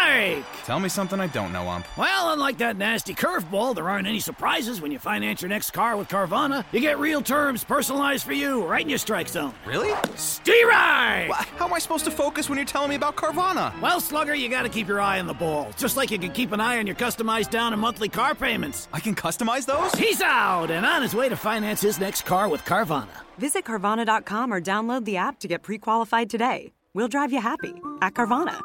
Mike! Tell me something I don't know, Ump. Well, unlike that nasty curveball, there aren't any surprises when you finance your next car with Carvana. You get real terms personalized for you right in your strike zone. Really? Steer-right! How am I supposed to focus when you're telling me about Carvana? Well, Slugger, you gotta keep your eye on the ball. Just like you can keep an eye on your customized down and monthly car payments. I can customize those? He's out and on his way to finance his next car with Carvana. Visit Carvana.com or download the app to get pre-qualified today. We'll drive you happy at Carvana.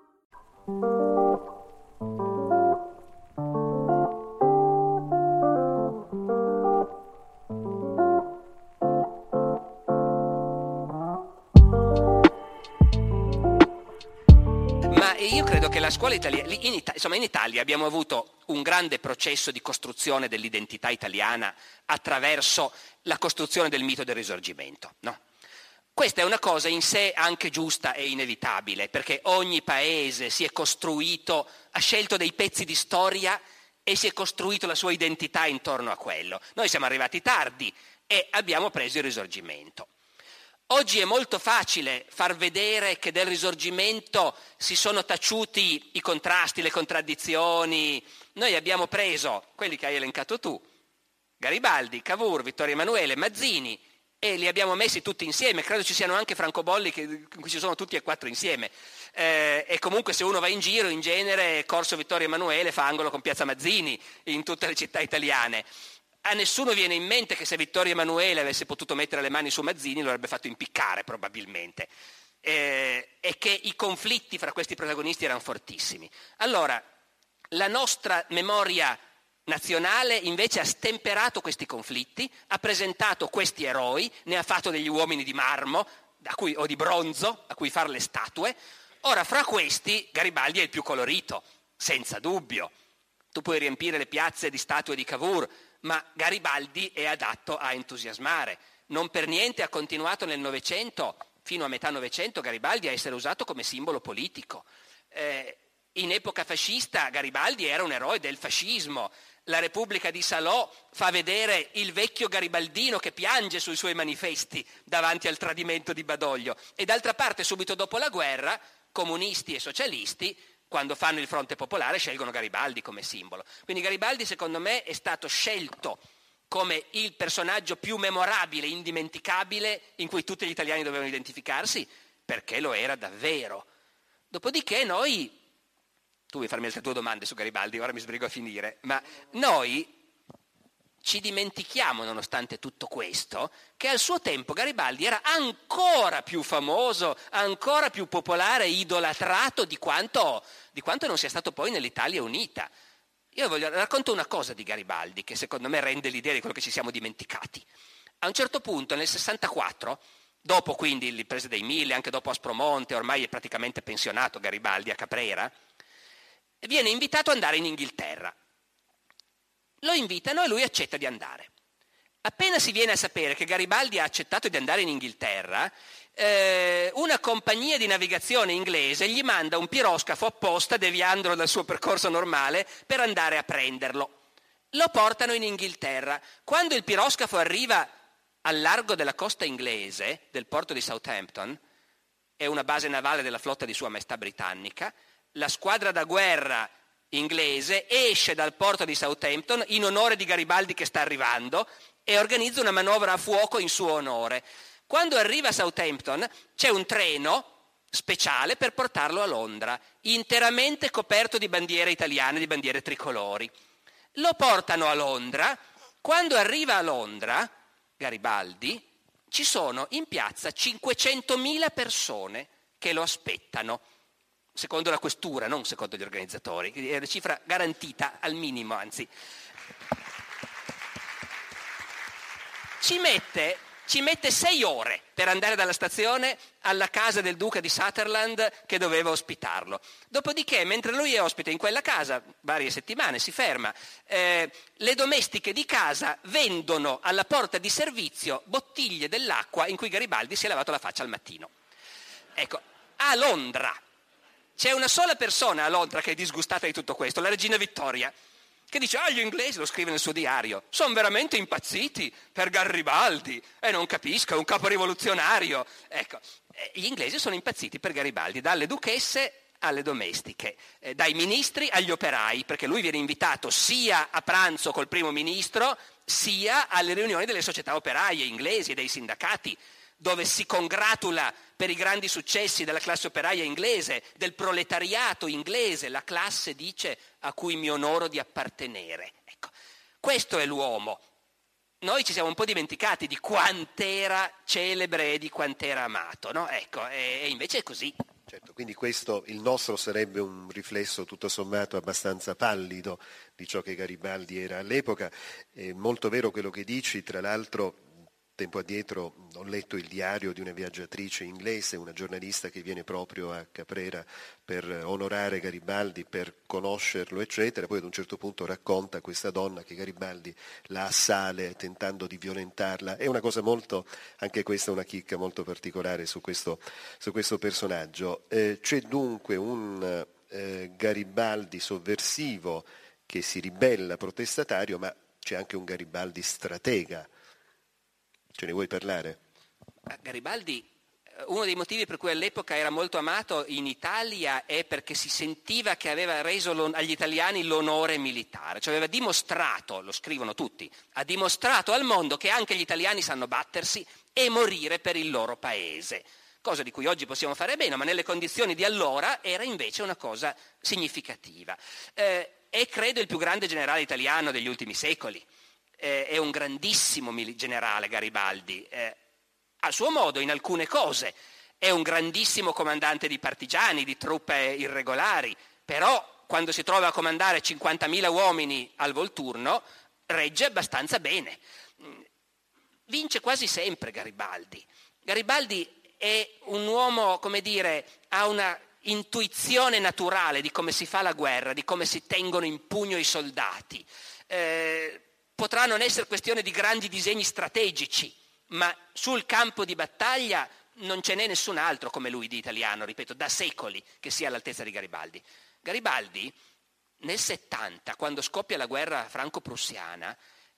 Ma io credo che la scuola italiana, in Italia abbiamo avuto un grande processo di costruzione dell'identità italiana attraverso la costruzione del mito del Risorgimento, no? Questa è una cosa in sé anche giusta e inevitabile, perché ogni paese si è costruito, ha scelto dei pezzi di storia e si è costruito la sua identità intorno a quello. Noi siamo arrivati tardi e abbiamo preso il Risorgimento. Oggi è molto facile far vedere che del Risorgimento si sono taciuti i contrasti, le contraddizioni. Noi abbiamo preso quelli che hai elencato tu, Garibaldi, Cavour, Vittorio Emanuele, Mazzini, e li abbiamo messi tutti insieme. Credo ci siano anche francobolli in cui ci sono tutti e quattro insieme. E comunque se uno va in giro, in genere Corso Vittorio Emanuele fa angolo con Piazza Mazzini in tutte le città italiane. A nessuno viene in mente che se Vittorio Emanuele avesse potuto mettere le mani su Mazzini lo avrebbe fatto impiccare probabilmente, e che i conflitti fra questi protagonisti erano fortissimi. Allora, la nostra memoria nazionale invece ha stemperato questi conflitti, ha presentato questi eroi, ne ha fatto degli uomini di marmo o di bronzo a cui fare le statue. Ora, fra questi Garibaldi è il più colorito, senza dubbio. Tu puoi riempire le piazze di statue di Cavour, ma Garibaldi è adatto a entusiasmare. Non per niente ha continuato nel Novecento, fino a metà Novecento, Garibaldi a essere usato come simbolo politico. In epoca fascista Garibaldi era un eroe del fascismo. La Repubblica di Salò fa vedere il vecchio garibaldino che piange sui suoi manifesti davanti al tradimento di Badoglio. E d'altra parte, subito dopo la guerra, comunisti e socialisti, quando fanno il Fronte Popolare, scelgono Garibaldi come simbolo. Quindi Garibaldi, secondo me, è stato scelto come il personaggio più memorabile, indimenticabile, in cui tutti gli italiani dovevano identificarsi, perché lo era davvero. Dopodiché noi... Tu vuoi farmi altre tue domande su Garibaldi, ora mi sbrigo a finire, ma noi ci dimentichiamo, nonostante tutto questo, che al suo tempo Garibaldi era ancora più famoso, ancora più popolare, idolatrato di quanto non sia stato poi nell'Italia unita. Io racconto una cosa di Garibaldi che secondo me rende l'idea di quello che ci siamo dimenticati. A un certo punto, nel 64, dopo quindi l'impresa dei Mille, anche dopo Aspromonte, ormai è praticamente pensionato Garibaldi a Caprera, viene invitato ad andare in Inghilterra. Lo invitano e lui accetta di andare. Appena si viene a sapere che Garibaldi ha accettato di andare in Inghilterra, una compagnia di navigazione inglese gli manda un piroscafo apposta, deviandolo dal suo percorso normale, per andare a prenderlo. Lo portano in Inghilterra. Quando il piroscafo arriva al largo della costa inglese, del porto di Southampton, è una base navale della flotta di Sua Maestà Britannica, la squadra da guerra inglese esce dal porto di Southampton in onore di Garibaldi che sta arrivando e organizza una manovra a fuoco in suo onore. Quando arriva a Southampton c'è un treno speciale per portarlo a Londra, interamente coperto di bandiere italiane, di bandiere tricolori. Lo portano a Londra. Quando arriva a Londra, Garibaldi, ci sono in piazza 500.000 persone che lo aspettano. Secondo la questura, non secondo gli organizzatori, è una cifra garantita al minimo, anzi. Ci mette 6 ore per andare dalla stazione alla casa del duca di Sutherland che doveva ospitarlo. Dopodiché, mentre lui è ospite in quella casa, varie settimane, si ferma, le domestiche di casa vendono alla porta di servizio bottiglie dell'acqua in cui Garibaldi si è lavato la faccia al mattino. Ecco, a Londra. C'è una sola persona a Londra che è disgustata di tutto questo, la regina Vittoria, che dice, gli inglesi, lo scrive nel suo diario, sono veramente impazziti per Garibaldi, non capisco, è un capo rivoluzionario. Ecco, gli inglesi sono impazziti per Garibaldi, dalle duchesse alle domestiche, dai ministri agli operai, perché lui viene invitato sia a pranzo col primo ministro, sia alle riunioni delle società operaie inglesi e dei sindacati, dove si congratula per i grandi successi della classe operaia inglese, del proletariato inglese, la classe, dice, a cui mi onoro di appartenere. Ecco, questo è l'uomo. Noi ci siamo un po' dimenticati di quant'era celebre e di quant'era amato, no? Ecco, e invece è così. Certo, quindi questo, il nostro, sarebbe un riflesso tutto sommato abbastanza pallido di ciò che Garibaldi era all'epoca. È molto vero quello che dici, tra l'altro tempo addietro ho letto il diario di una viaggiatrice inglese, una giornalista che viene proprio a Caprera per onorare Garibaldi, per conoscerlo, eccetera. Poi ad un certo punto racconta questa donna che Garibaldi la assale tentando di violentarla. È una cosa molto, anche questa una chicca molto particolare su questo personaggio. C'è dunque un Garibaldi sovversivo che si ribella, protestatario, ma c'è anche un Garibaldi stratega. Ce ne vuoi parlare? Garibaldi, uno dei motivi per cui all'epoca era molto amato in Italia è perché si sentiva che aveva reso agli italiani l'onore militare, cioè aveva dimostrato, lo scrivono tutti, ha dimostrato al mondo che anche gli italiani sanno battersi e morire per il loro paese, cosa di cui oggi possiamo fare bene, ma nelle condizioni di allora era invece una cosa significativa. È credo il più grande generale italiano degli ultimi secoli. È un grandissimo generale Garibaldi, a suo modo in alcune cose, è un grandissimo comandante di partigiani, di truppe irregolari, però quando si trova a comandare 50.000 uomini al Volturno regge abbastanza bene. Vince quasi sempre Garibaldi. Garibaldi è un uomo, come dire, ha una intuizione naturale di come si fa la guerra, di come si tengono in pugno i soldati. Potrà non essere questione di grandi disegni strategici, ma sul campo di battaglia non ce n'è nessun altro come lui di italiano, ripeto, da secoli, che sia all'altezza di Garibaldi. Garibaldi nel 70, quando scoppia la guerra franco-prussiana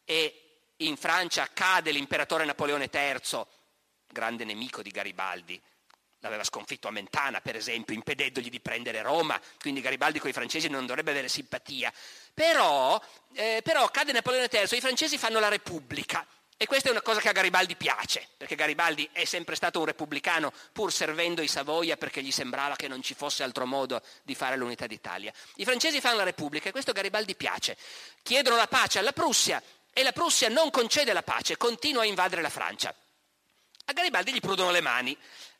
e in Francia cade l'imperatore Napoleone III, grande nemico di Garibaldi, l'aveva sconfitto a Mentana, per esempio, impedendogli di prendere Roma, quindi Garibaldi con i francesi non dovrebbe avere simpatia. Però cade Napoleone III, i francesi fanno la Repubblica, e questa è una cosa che a Garibaldi piace, perché Garibaldi è sempre stato un repubblicano, pur servendo i Savoia perché gli sembrava che non ci fosse altro modo di fare l'unità d'Italia. I francesi fanno la Repubblica e questo a Garibaldi piace. Chiedono la pace alla Prussia e la Prussia non concede la pace, continua a invadere la Francia. A Garibaldi gli prudono le mani.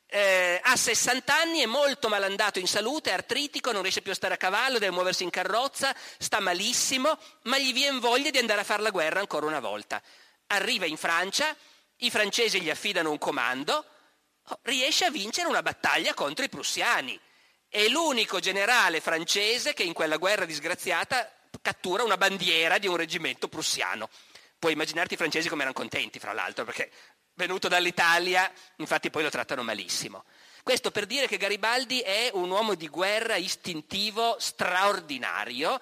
Ha 60 anni, è molto malandato in salute, è artritico, non riesce più a stare a cavallo, deve muoversi in carrozza, sta malissimo, ma gli viene voglia di andare a fare la guerra ancora una volta. Arriva in Francia, i francesi gli affidano un comando, riesce a vincere una battaglia contro i prussiani. È l'unico generale francese che in quella guerra disgraziata cattura una bandiera di un reggimento prussiano. Puoi immaginarti i francesi come erano contenti, fra l'altro, perché venuto dall'Italia, infatti poi lo trattano malissimo. Questo per dire che Garibaldi è un uomo di guerra istintivo straordinario,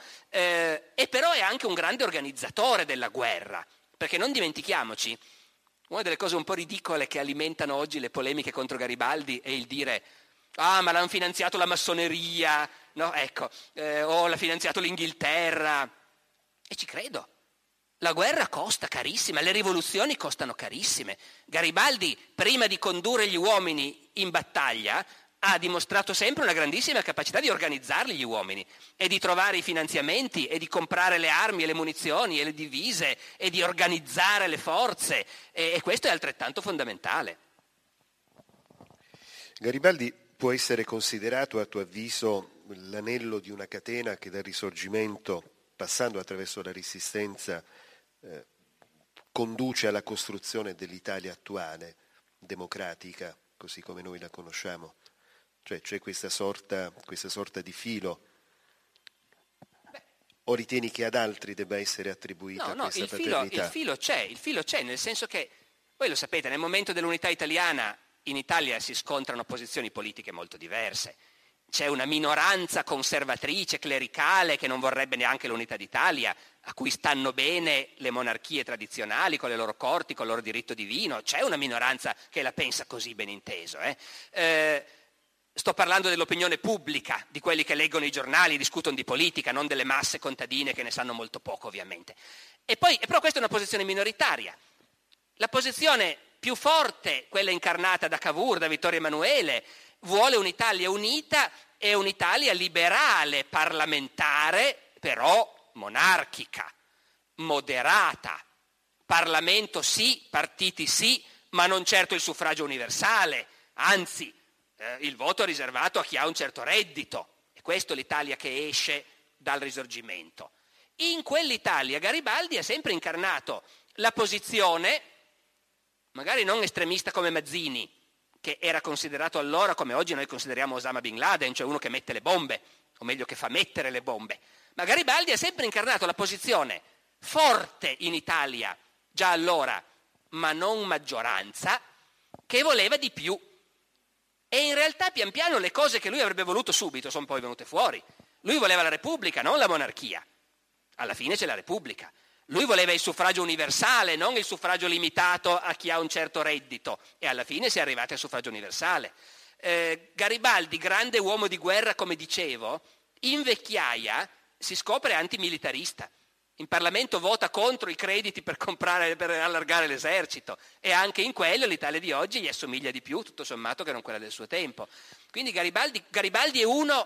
e però è anche un grande organizzatore della guerra, perché non dimentichiamoci, una delle cose un po' ridicole che alimentano oggi le polemiche contro Garibaldi è il dire ma l'hanno finanziato la massoneria, no? Ecco, o l'ha finanziato l'Inghilterra, e ci credo. La guerra costa carissima, le rivoluzioni costano carissime. Garibaldi, prima di condurre gli uomini in battaglia, ha dimostrato sempre una grandissima capacità di organizzarli gli uomini e di trovare i finanziamenti e di comprare le armi e le munizioni e le divise e di organizzare le forze, e questo è altrettanto fondamentale. Garibaldi può essere considerato, a tuo avviso, l'anello di una catena che dal Risorgimento, passando attraverso la Resistenza, conduce alla costruzione dell'Italia attuale, democratica, così come noi la conosciamo. Cioè c'è questa sorta di filo. O ritieni che ad altri debba essere attribuita questa paternità? Il filo c'è, nel senso che, voi lo sapete, nel momento dell'unità italiana, in Italia si scontrano posizioni politiche molto diverse. C'è una minoranza conservatrice, clericale, che non vorrebbe neanche l'unità d'Italia, a cui stanno bene le monarchie tradizionali, con le loro corti, con il loro diritto divino. C'è una minoranza che la pensa così, ben inteso. sto parlando dell'opinione pubblica, di quelli che leggono i giornali, discutono di politica, non delle masse contadine che ne sanno molto poco ovviamente. Però questa è una posizione minoritaria. La posizione più forte, quella incarnata da Cavour, da Vittorio Emanuele, vuole un'Italia unita e un'Italia liberale, parlamentare, però monarchica, moderata. Parlamento sì, partiti sì, ma non certo il suffragio universale, anzi il voto è riservato a chi ha un certo reddito. E questo è l'Italia che esce dal Risorgimento. In quell'Italia Garibaldi ha sempre incarnato la posizione, magari non estremista come Mazzini, che era considerato allora come oggi noi consideriamo Osama Bin Laden, cioè uno che mette le bombe, o meglio che fa mettere le bombe. Ma Garibaldi ha sempre incarnato la posizione forte in Italia, già allora, ma non maggioranza, che voleva di più. E in realtà pian piano le cose che lui avrebbe voluto subito sono poi venute fuori. Lui voleva la Repubblica, non la monarchia. Alla fine c'è la Repubblica. Lui voleva il suffragio universale, non il suffragio limitato a chi ha un certo reddito. E alla fine si è arrivati al suffragio universale. Garibaldi, grande uomo di guerra, come dicevo, in vecchiaia si scopre antimilitarista. In Parlamento vota contro i crediti per allargare l'esercito, e anche in quello l'Italia di oggi gli assomiglia di più, tutto sommato, che non quella del suo tempo. Quindi Garibaldi è uno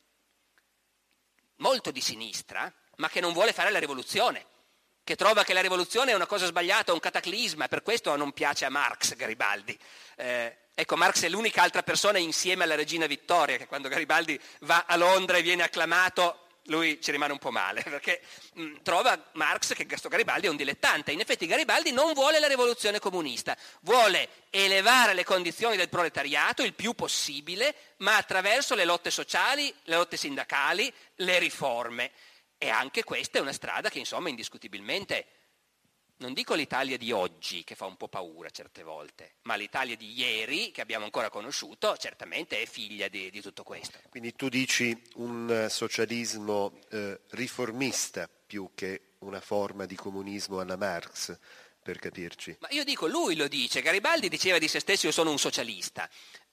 molto di sinistra, ma che non vuole fare la rivoluzione, che trova che la rivoluzione è una cosa sbagliata, un cataclisma, per questo non piace a Marx Garibaldi. Ecco, Marx è l'unica altra persona insieme alla regina Vittoria che quando Garibaldi va a Londra e viene acclamato, lui ci rimane un po' male, perché trova Marx che questo Garibaldi è un dilettante. In effetti Garibaldi non vuole la rivoluzione comunista, vuole elevare le condizioni del proletariato il più possibile, ma attraverso le lotte sociali, le lotte sindacali, le riforme. E anche questa è una strada che, insomma, indiscutibilmente, non dico l'Italia di oggi, che fa un po' paura certe volte, ma l'Italia di ieri, che abbiamo ancora conosciuto, certamente è figlia di tutto questo. Quindi tu dici un socialismo riformista più che una forma di comunismo alla Marx, per capirci. Ma io dico, lui lo dice, Garibaldi diceva di se stesso: io sono un socialista.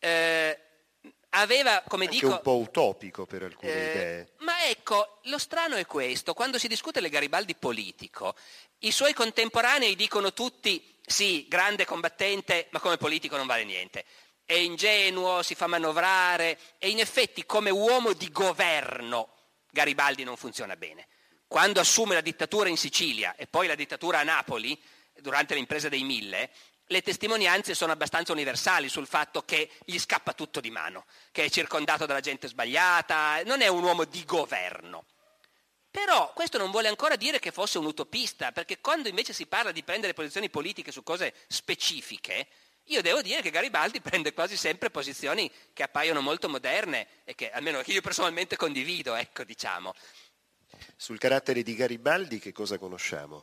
Aveva, come anche dico, un po' utopico per alcune idee. Ma ecco, lo strano è questo: quando si discute del Garibaldi politico, i suoi contemporanei dicono tutti: sì, grande combattente, ma come politico non vale niente, è ingenuo, si fa manovrare. E in effetti come uomo di governo Garibaldi non funziona bene. Quando assume la dittatura in Sicilia e poi la dittatura a Napoli durante l'impresa dei Mille, le testimonianze sono abbastanza universali sul fatto che gli scappa tutto di mano, che è circondato dalla gente sbagliata, non è un uomo di governo. Però questo non vuole ancora dire che fosse un utopista, perché quando invece si parla di prendere posizioni politiche su cose specifiche, io devo dire che Garibaldi prende quasi sempre posizioni che appaiono molto moderne e che almeno io personalmente condivido, ecco, diciamo. Sul carattere di Garibaldi che cosa conosciamo?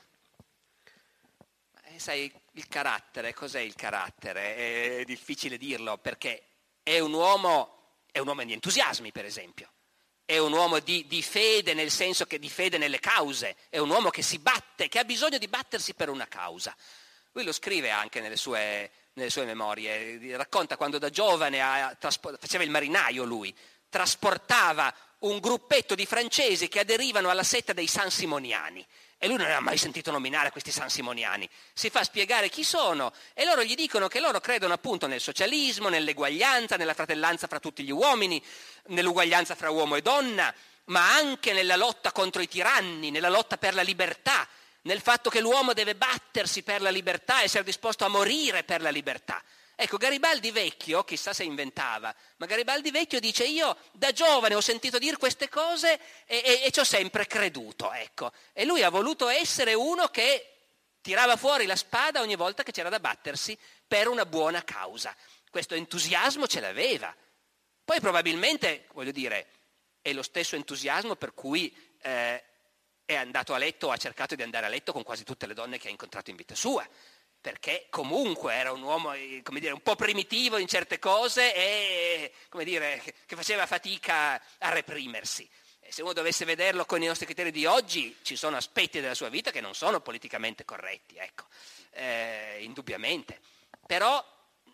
Sai, il carattere, cos'è il carattere? È difficile dirlo, perché è un uomo di entusiasmi, per esempio. È un uomo di fede, nel senso che di fede nelle cause. È un uomo che si batte, che ha bisogno di battersi per una causa. Lui lo scrive anche nelle sue memorie. Racconta quando da giovane faceva il marinaio lui, trasportava un gruppetto di francesi che aderivano alla setta dei San Simoniani. E lui non aveva mai sentito nominare questi San Simoniani. Si fa spiegare chi sono e loro gli dicono che loro credono appunto nel socialismo, nell'eguaglianza, nella fratellanza fra tutti gli uomini, nell'uguaglianza fra uomo e donna, ma anche nella lotta contro i tiranni, nella lotta per la libertà, nel fatto che l'uomo deve battersi per la libertà e essere disposto a morire per la libertà. Ecco, Garibaldi vecchio, chissà se inventava, ma Garibaldi vecchio dice: io da giovane ho sentito dire queste cose e ci ho sempre creduto, ecco. E lui ha voluto essere uno che tirava fuori la spada ogni volta che c'era da battersi per una buona causa. Questo entusiasmo ce l'aveva. Poi probabilmente, voglio dire, è lo stesso entusiasmo per cui è andato a letto o ha cercato di andare a letto con quasi tutte le donne che ha incontrato in vita sua. Perché comunque era un uomo, come dire, un po' primitivo in certe cose e, come dire, che faceva fatica a reprimersi. E se uno dovesse vederlo con i nostri criteri di oggi, ci sono aspetti della sua vita che non sono politicamente corretti, ecco, indubbiamente. Però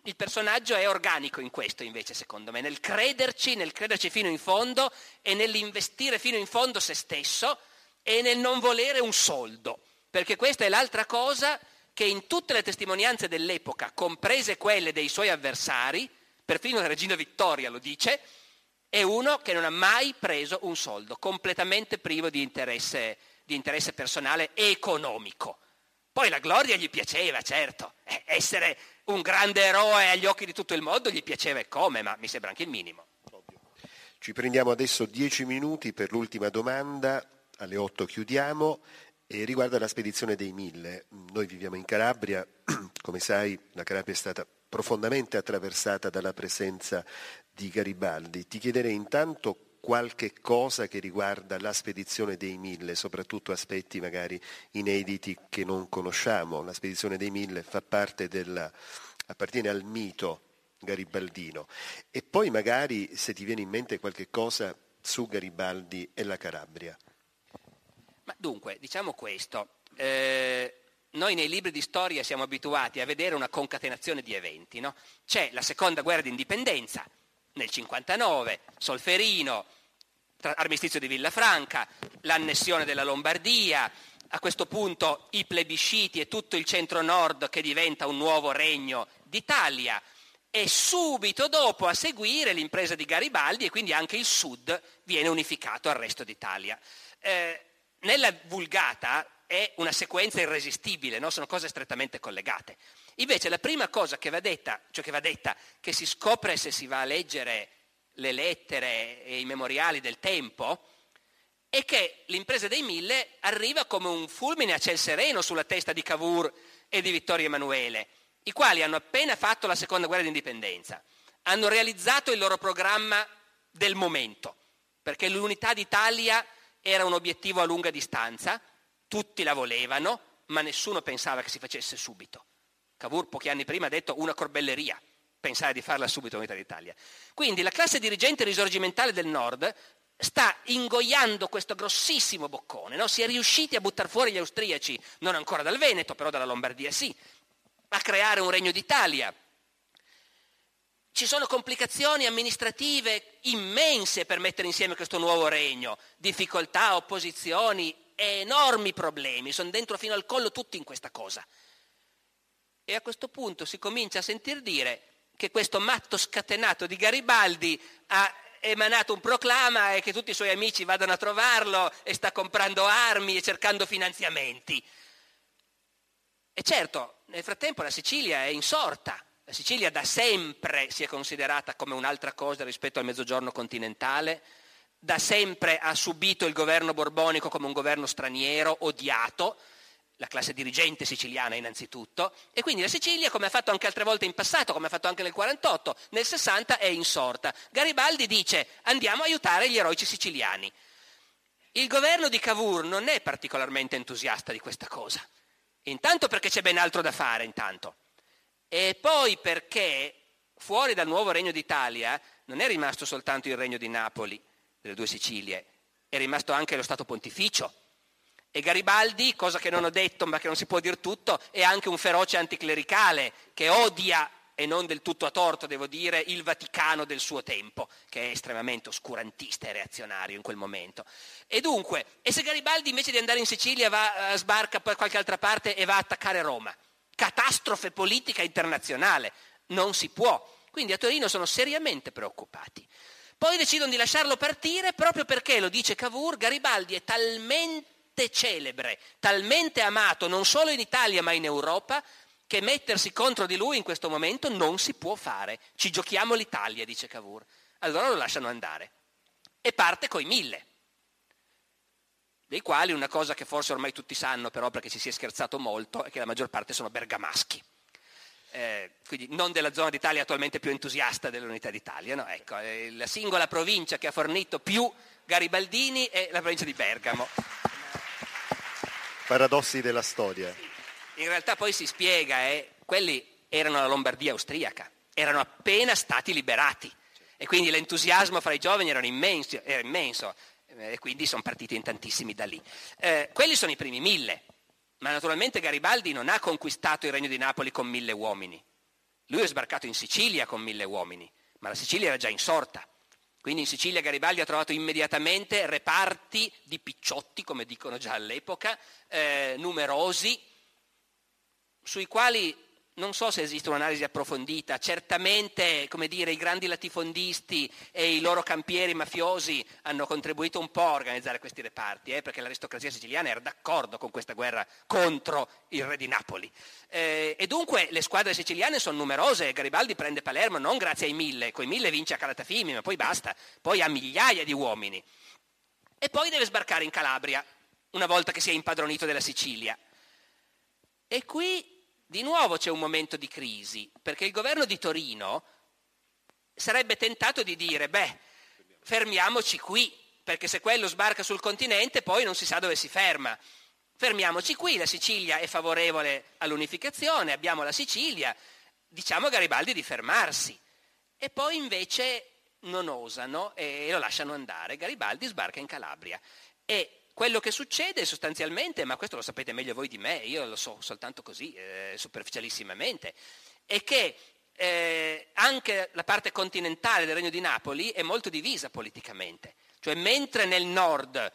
Il personaggio è organico in questo, invece, secondo me, nel crederci fino in fondo e nell'investire fino in fondo se stesso e nel non volere un soldo, perché questa è l'altra cosa che in tutte le testimonianze dell'epoca, comprese quelle dei suoi avversari, perfino la regina Vittoria lo dice, è uno che non ha mai preso un soldo, completamente privo di interesse personale e economico. Poi la gloria gli piaceva, certo, essere un grande eroe agli occhi di tutto il mondo gli piaceva e come, ma mi sembra anche il minimo. Ci prendiamo adesso 10 minuti per l'ultima domanda, alle 8 chiudiamo, e riguarda la spedizione dei 1000. Noi viviamo in Calabria, come sai la Calabria è stata profondamente attraversata dalla presenza di Garibaldi. Ti chiederei intanto qualche cosa che riguarda la spedizione dei 1000, soprattutto aspetti magari inediti che non conosciamo. La spedizione dei 1000 fa parte appartiene al mito garibaldino. E poi magari se ti viene in mente qualche cosa su Garibaldi e la Calabria. Ma dunque, diciamo questo, noi nei libri di storia siamo abituati a vedere una concatenazione di eventi, no? C'è la seconda guerra d'indipendenza, nel 59, Solferino, armistizio di Villafranca, l'annessione della Lombardia, a questo punto i plebisciti e tutto il centro-nord che diventa un nuovo regno d'Italia, e subito dopo a seguire l'impresa di Garibaldi e quindi anche il sud viene unificato al resto d'Italia. Nella Vulgata è una sequenza irresistibile, no? Sono cose strettamente collegate. Invece la prima cosa che va detta, che si scopre se si va a leggere le lettere e i memoriali del tempo, è che l'impresa dei 1000 arriva come un fulmine a ciel sereno sulla testa di Cavour e di Vittorio Emanuele, i quali hanno appena fatto la seconda guerra d'indipendenza, hanno realizzato il loro programma del momento, perché l'unità d'Italia era un obiettivo a lunga distanza, tutti la volevano, ma nessuno pensava che si facesse subito. Cavour pochi anni prima ha detto una corbelleria pensare di farla subito l'unità d'Italia. Quindi la classe dirigente risorgimentale del Nord sta ingoiando questo grossissimo boccone, no? Si è riusciti a buttare fuori gli austriaci, non ancora dal Veneto, però dalla Lombardia sì, a creare un regno d'Italia. Ci sono complicazioni amministrative immense per mettere insieme questo nuovo regno, difficoltà, opposizioni, enormi problemi, sono dentro fino al collo tutti in questa cosa. E a questo punto si comincia a sentir dire che questo matto scatenato di Garibaldi ha emanato un proclama e che tutti i suoi amici vadano a trovarlo e sta comprando armi e cercando finanziamenti. E certo, nel frattempo la Sicilia è insorta. La Sicilia da sempre si è considerata come un'altra cosa rispetto al mezzogiorno continentale, da sempre ha subito il governo borbonico come un governo straniero, odiato, la classe dirigente siciliana innanzitutto, e quindi la Sicilia, come ha fatto anche altre volte in passato, come ha fatto anche nel 48, nel 60 è insorta. Garibaldi dice andiamo a aiutare gli eroici siciliani. Il governo di Cavour non è particolarmente entusiasta di questa cosa, intanto perché c'è ben altro da fare intanto, e poi perché fuori dal nuovo regno d'Italia non è rimasto soltanto il regno di Napoli, delle due Sicilie, è rimasto anche lo Stato Pontificio. E Garibaldi, cosa che non ho detto ma che non si può dir tutto, è anche un feroce anticlericale che odia, e non del tutto a torto devo dire, il Vaticano del suo tempo, che è estremamente oscurantista e reazionario in quel momento. E dunque, e se Garibaldi invece di andare in Sicilia sbarca per qualche altra parte e va a attaccare Roma? Catastrofe politica internazionale, non si può. Quindi a Torino sono seriamente preoccupati. Poi decidono di lasciarlo partire proprio perché, lo dice Cavour, Garibaldi è talmente celebre, talmente amato non solo in Italia ma in Europa, che mettersi contro di lui in questo momento non si può fare. Ci giochiamo l'Italia, dice Cavour. Allora lo lasciano andare e parte coi 1000, dei quali una cosa che forse ormai tutti sanno però perché ci si è scherzato molto è che la maggior parte sono bergamaschi, quindi non della zona d'Italia attualmente più entusiasta dell'unità d'Italia, no? Ecco, la singola provincia che ha fornito più garibaldini è la provincia di Bergamo. Paradossi della storia. In realtà poi si spiega, quelli erano la Lombardia austriaca, erano appena stati liberati e quindi l'entusiasmo fra i giovani era immenso e quindi sono partiti in tantissimi da lì. Quelli sono i primi 1000, ma naturalmente Garibaldi non ha conquistato il regno di Napoli con 1000 uomini, Lui è sbarcato in Sicilia con 1.000 uomini, ma la Sicilia era già insorta. Quindi in Sicilia Garibaldi ha trovato immediatamente reparti di picciotti, come dicono già all'epoca, numerosi, sui quali non so se esiste un'analisi approfondita. Certamente, come dire, i grandi latifondisti e i loro campieri mafiosi hanno contribuito un po' a organizzare questi reparti, perché l'aristocrazia siciliana era d'accordo con questa guerra contro il re di Napoli. E dunque le squadre siciliane sono numerose. Garibaldi prende Palermo non grazie ai 1.000, coi 1.000 vince a Calatafimi, ma poi basta, poi ha migliaia di uomini. E poi deve sbarcare in Calabria, una volta che si è impadronito della Sicilia. E qui di nuovo c'è un momento di crisi, perché il governo di Torino sarebbe tentato di dire, fermiamoci qui, perché se quello sbarca sul continente poi non si sa dove si ferma. Fermiamoci qui, la Sicilia è favorevole all'unificazione, abbiamo la Sicilia, diciamo a Garibaldi di fermarsi. E poi invece non osano e lo lasciano andare. Garibaldi sbarca in Calabria. E quello che succede sostanzialmente, ma questo lo sapete meglio voi di me, io lo so soltanto così, superficialissimamente, è che anche la parte continentale del Regno di Napoli è molto divisa politicamente. Cioè mentre nel nord,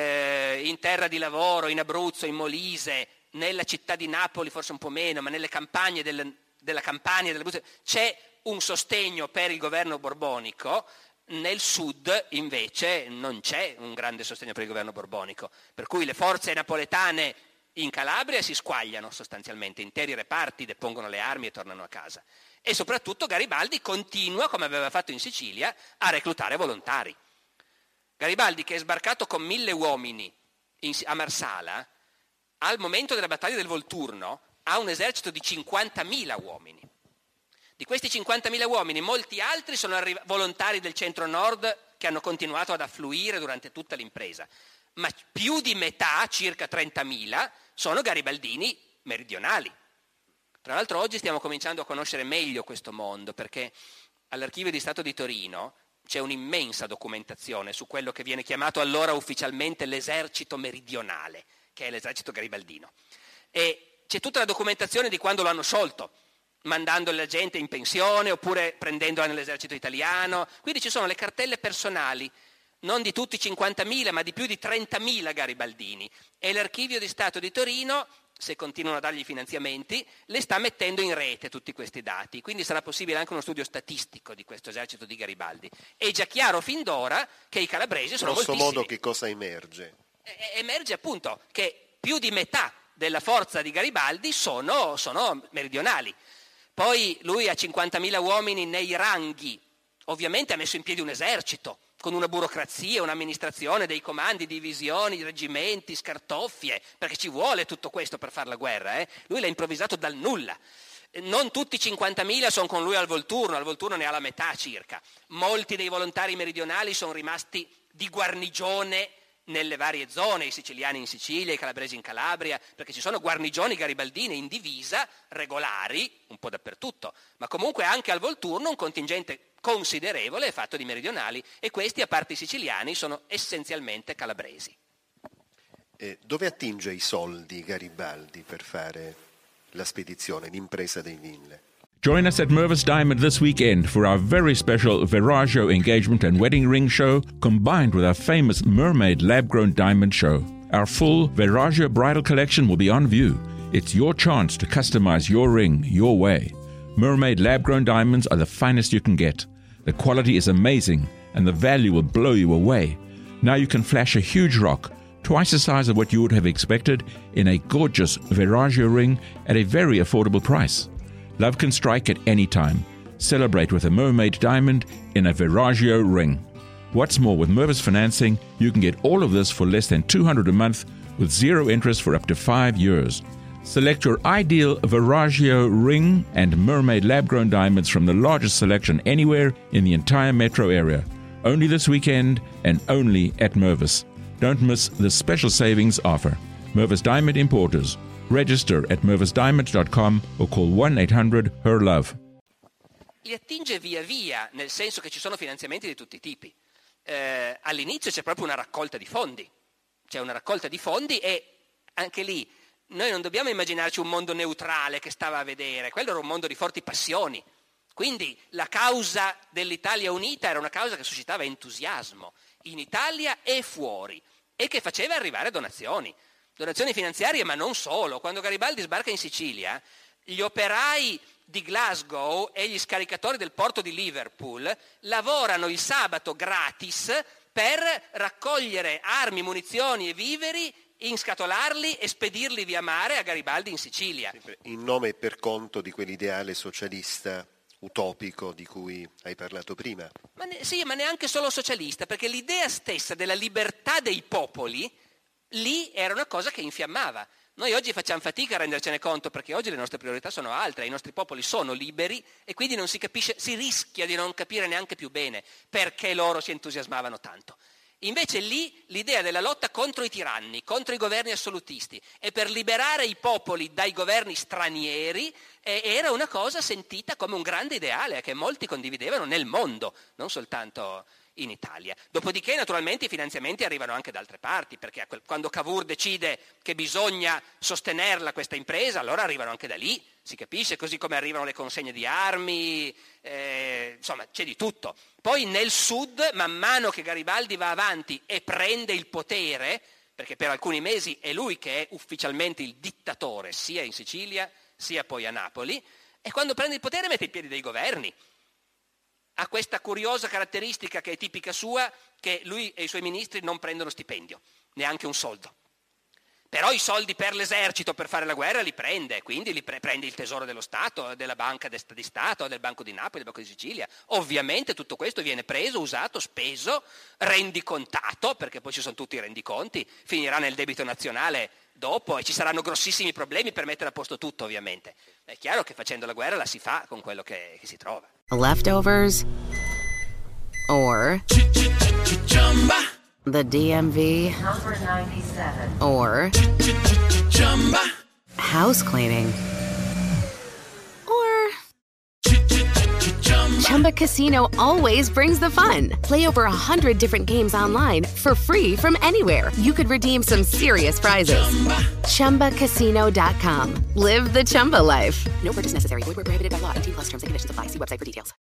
in Terra di Lavoro, in Abruzzo, in Molise, nella città di Napoli forse un po' meno, ma nelle campagne della Campania, dell'Abruzzo, c'è un sostegno per il governo borbonico, nel sud invece non c'è un grande sostegno per il governo borbonico, per cui le forze napoletane in Calabria si squagliano sostanzialmente, interi reparti depongono le armi e tornano a casa. E soprattutto Garibaldi continua, come aveva fatto in Sicilia, a reclutare volontari. Garibaldi, che è sbarcato con 1.000 uomini a Marsala, al momento della battaglia del Volturno ha un esercito di 50.000 uomini. Di questi 50.000 uomini, molti altri sono volontari del centro-nord che hanno continuato ad affluire durante tutta l'impresa, ma più di metà, circa 30.000, sono garibaldini meridionali. Tra l'altro oggi stiamo cominciando a conoscere meglio questo mondo, perché all'Archivio di Stato di Torino c'è un'immensa documentazione su quello che viene chiamato allora ufficialmente l'esercito meridionale, che è l'esercito garibaldino. E c'è tutta la documentazione di quando lo hanno sciolto, mandando la gente in pensione oppure prendendola nell'esercito italiano. Quindi ci sono le cartelle personali, non di tutti i 50.000, ma di più di 30.000 garibaldini. E l'Archivio di Stato di Torino, se continuano a dargli finanziamenti, le sta mettendo in rete tutti questi dati. Quindi sarà possibile anche uno studio statistico di questo esercito di Garibaldi. È già chiaro fin d'ora che i calabresi sono moltissimi. Grosso modo che cosa emerge? Emerge appunto che più di metà della forza di Garibaldi sono meridionali. Poi lui ha 50.000 uomini nei ranghi, ovviamente ha messo in piedi un esercito, con una burocrazia, un'amministrazione, dei comandi, divisioni, reggimenti, scartoffie, perché ci vuole tutto questo per fare la guerra. Lui l'ha improvvisato dal nulla. Non tutti i 50.000 sono con lui al Volturno ne ha la metà circa. Molti dei volontari meridionali sono rimasti di guarnigione nelle varie zone, i siciliani in Sicilia, i calabresi in Calabria, perché ci sono guarnigioni garibaldine in divisa, regolari, un po' dappertutto, ma comunque anche al Volturno un contingente considerevole è fatto di meridionali, e questi, a parte i siciliani, sono essenzialmente calabresi. Dove attinge i soldi Garibaldi per fare la spedizione, l'impresa dei 1000? Join us at Mervis Diamond this weekend for our very special Veragio engagement and wedding ring show, combined with our famous Mermaid lab-grown diamond show. Our full Veragio bridal collection will be on view. It's your chance to customize your ring your way. Mermaid lab-grown diamonds are the finest you can get. The quality is amazing, and the value will blow you away. Now you can flash a huge rock, twice the size of what you would have expected, in a gorgeous Veragio ring at a very affordable price. Love can strike at any time. Celebrate with a Mermaid diamond in a Veragio ring. What's more, with Mervis Financing, you can get all of this for less than $200 a month with zero interest for up to 5 years. Select your ideal Veragio ring and Mermaid lab-grown diamonds from the largest selection anywhere in the entire metro area. Only this weekend and only at Mervis. Don't miss this special savings offer. Mervis Diamond Importers. Register at mervisdiamond.com or call 1-800-HER-LOVE. Li attinge via via, nel senso che ci sono finanziamenti di tutti i tipi. All'inizio c'è proprio una raccolta di fondi. C'è una raccolta di fondi e anche lì noi non dobbiamo immaginarci un mondo neutrale che stava a vedere, quello era un mondo di forti passioni. Quindi la causa dell'Italia unita era una causa che suscitava entusiasmo in Italia e fuori e che faceva arrivare donazioni finanziarie, ma non solo. Quando Garibaldi sbarca in Sicilia, gli operai di Glasgow e gli scaricatori del porto di Liverpool lavorano il sabato gratis per raccogliere armi, munizioni e viveri, inscatolarli e spedirli via mare a Garibaldi in Sicilia. In nome e per conto di quell'ideale socialista utopico di cui hai parlato prima. Ma neanche solo socialista, perché l'idea stessa della libertà dei popoli lì era una cosa che infiammava. Noi oggi facciamo fatica a rendercene conto, perché oggi le nostre priorità sono altre, i nostri popoli sono liberi e quindi non si capisce, si rischia di non capire neanche più bene perché loro si entusiasmavano tanto. Invece lì l'idea della lotta contro i tiranni, contro i governi assolutisti e per liberare i popoli dai governi stranieri era una cosa sentita come un grande ideale che molti condividevano nel mondo, non soltanto in Italia. Dopodiché naturalmente i finanziamenti arrivano anche da altre parti, perché quando Cavour decide che bisogna sostenerla questa impresa, allora arrivano anche da lì, si capisce, così come arrivano le consegne di armi, insomma c'è di tutto. Poi nel sud, man mano che Garibaldi va avanti e prende il potere, perché per alcuni mesi è lui che è ufficialmente il dittatore, sia in Sicilia sia poi a Napoli, e quando prende il potere mette in piedi dei governi. Ha questa curiosa caratteristica che è tipica sua, che lui e i suoi ministri non prendono stipendio, neanche un soldo. Però i soldi per l'esercito, per fare la guerra, li prende, quindi prende il tesoro dello Stato, della Banca di Stato, del Banco di Napoli, del Banco di Sicilia. Ovviamente tutto questo viene preso, usato, speso, rendicontato, perché poi ci sono tutti i rendiconti, finirà nel debito nazionale dopo e ci saranno grossissimi problemi per mettere a posto tutto, ovviamente. È chiaro che facendo la guerra la si fa con quello che si trova. Leftovers or the DMV or house cleaning or Chumba Casino always brings the fun. Play over 100 different games online for free from anywhere. You could redeem some serious prizes. ChumbaCasino.com. Live the Chumba life. No purchase necessary. Void where prohibited by law. 18+ terms and conditions apply. See website for details.